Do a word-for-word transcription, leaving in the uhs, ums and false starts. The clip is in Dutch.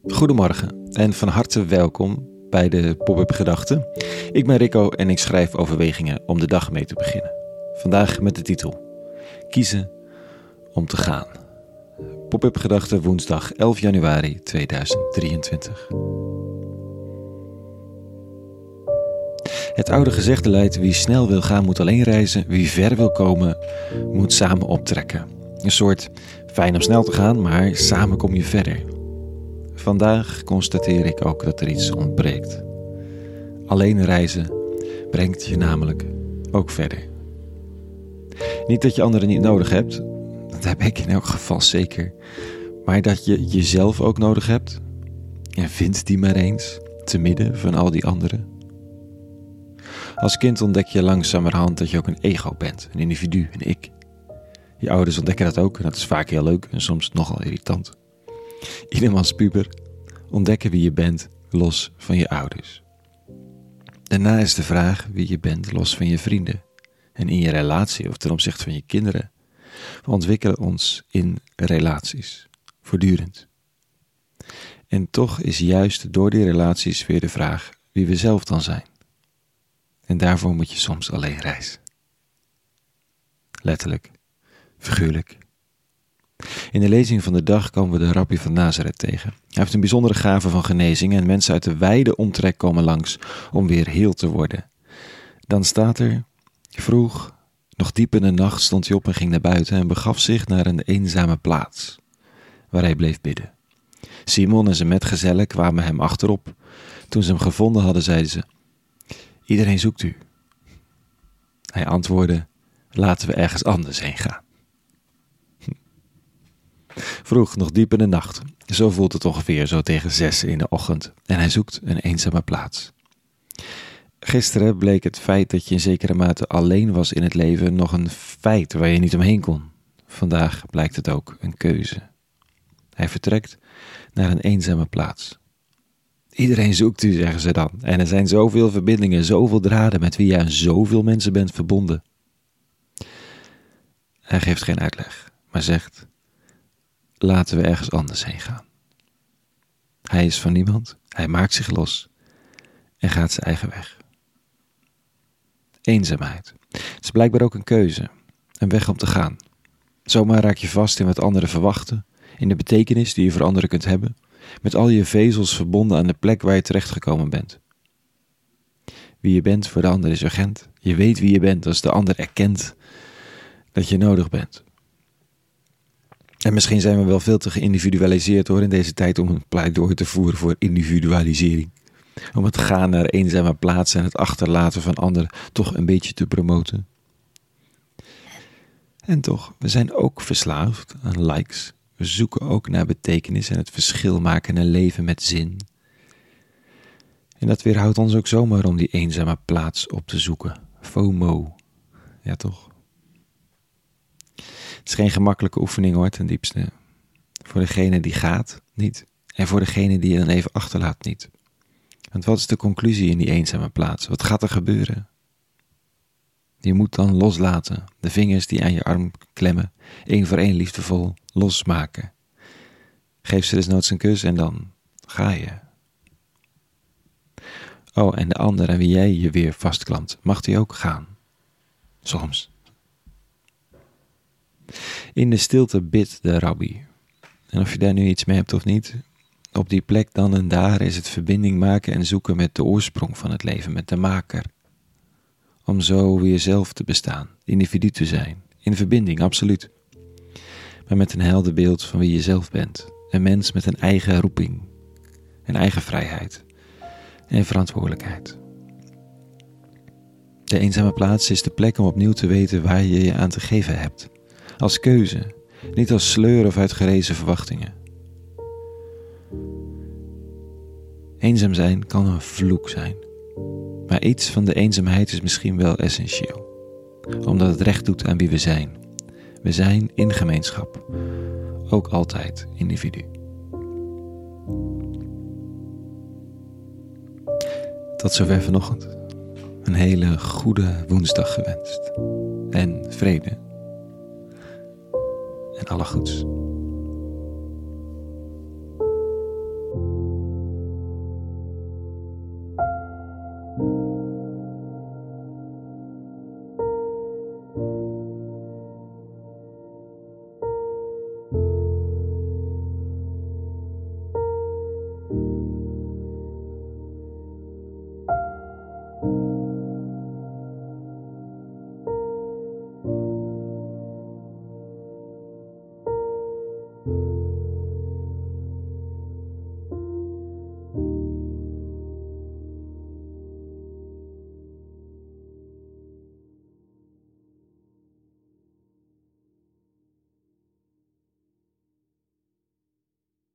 Goedemorgen en van harte welkom bij de Pop-up Gedachten. Ik ben Rico en ik schrijf overwegingen om de dag mee te beginnen. Vandaag met de titel Kiezen om te gaan. Pop-up Gedachten woensdag elf januari tweeduizend drieëntwintig. Het oude gezegde luidt: wie snel wil gaan moet alleen reizen, wie ver wil komen moet samen optrekken. Een soort fijn om snel te gaan, maar samen kom je verder. Vandaag constateer ik ook dat er iets ontbreekt. Alleen reizen brengt je namelijk ook verder. Niet dat je anderen niet nodig hebt, dat heb ik in elk geval zeker. Maar dat je jezelf ook nodig hebt. En vind die maar eens, te midden van al die anderen. Als kind ontdek je langzamerhand dat je ook een ego bent, een individu, een ik. Je ouders ontdekken dat ook en dat is vaak heel leuk en soms nogal irritant. Iedereen als puber ontdekken wie je bent los van je ouders. Daarna is de vraag wie je bent los van je vrienden en in je relatie of ten opzichte van je kinderen. We ontwikkelen ons in relaties, voortdurend. En toch is juist door die relaties weer de vraag wie we zelf dan zijn. En daarvoor moet je soms alleen reizen. Letterlijk, figuurlijk. In de lezing van de dag komen we de rabbi van Nazareth tegen. Hij heeft een bijzondere gave van genezing en mensen uit de wijde omtrek komen langs om weer heel te worden. Dan staat er, vroeg, nog diep in de nacht stond hij op en ging naar buiten en begaf zich naar een eenzame plaats, waar hij bleef bidden. Simon en zijn metgezellen kwamen hem achterop. Toen ze hem gevonden hadden, zeiden ze, iedereen zoekt u. Hij antwoordde, laten we ergens anders heen gaan. Vroeg, nog diep in de nacht. Zo voelt het ongeveer, zo tegen zes in de ochtend. En hij zoekt een eenzame plaats. Gisteren bleek het feit dat je in zekere mate alleen was in het leven nog een feit waar je niet omheen kon. Vandaag blijkt het ook een keuze. Hij vertrekt naar een eenzame plaats. Iedereen zoekt u, zeggen ze dan. En er zijn zoveel verbindingen, zoveel draden met wie je aan zoveel mensen bent verbonden. Hij geeft geen uitleg, maar zegt, laten we ergens anders heen gaan. Hij is van niemand, hij maakt zich los en gaat zijn eigen weg. Eenzaamheid. Het is blijkbaar ook een keuze, een weg om te gaan. Zomaar raak je vast in wat anderen verwachten, in de betekenis die je voor anderen kunt hebben, met al je vezels verbonden aan de plek waar je terechtgekomen bent. Wie je bent voor de ander is urgent. Je weet wie je bent als de ander erkent dat je nodig bent. En misschien zijn we wel veel te geïndividualiseerd hoor in deze tijd om een pleidooi te voeren voor individualisering. Om het gaan naar eenzame plaatsen en het achterlaten van anderen toch een beetje te promoten. En toch, we zijn ook verslaafd aan likes. We zoeken ook naar betekenis en het verschil maken in een leven met zin. En dat weerhoudt ons ook zomaar om die eenzame plaats op te zoeken. FOMO. Ja toch? Het is geen gemakkelijke oefening hoor, ten diepste. Voor degene die gaat, niet. En voor degene die je dan even achterlaat, niet. Want wat is de conclusie in die eenzame plaats? Wat gaat er gebeuren? Je moet dan loslaten. De vingers die aan je arm klemmen, één voor één liefdevol losmaken. Geef ze desnoods een kus en dan ga je. Oh, en de ander aan wie jij je weer vastklampt, mag die ook gaan? Soms. In de stilte bidt de rabbi. En of je daar nu iets mee hebt of niet, op die plek dan en daar is het verbinding maken en zoeken met de oorsprong van het leven, met de maker. Om zo weer zelf te bestaan, individu te zijn, in verbinding, absoluut. Maar met een helder beeld van wie je zelf bent. Een mens met een eigen roeping, een eigen vrijheid en verantwoordelijkheid. De eenzame plaats is de plek om opnieuw te weten waar je je aan te geven hebt. Als keuze, niet als sleur of uitgerezen verwachtingen. Eenzaam zijn kan een vloek zijn. Maar iets van de eenzaamheid is misschien wel essentieel. Omdat het recht doet aan wie we zijn. We zijn in gemeenschap. Ook altijd individu. Tot zover vanochtend. Een hele goede woensdag gewenst. En vrede. En alle goeds.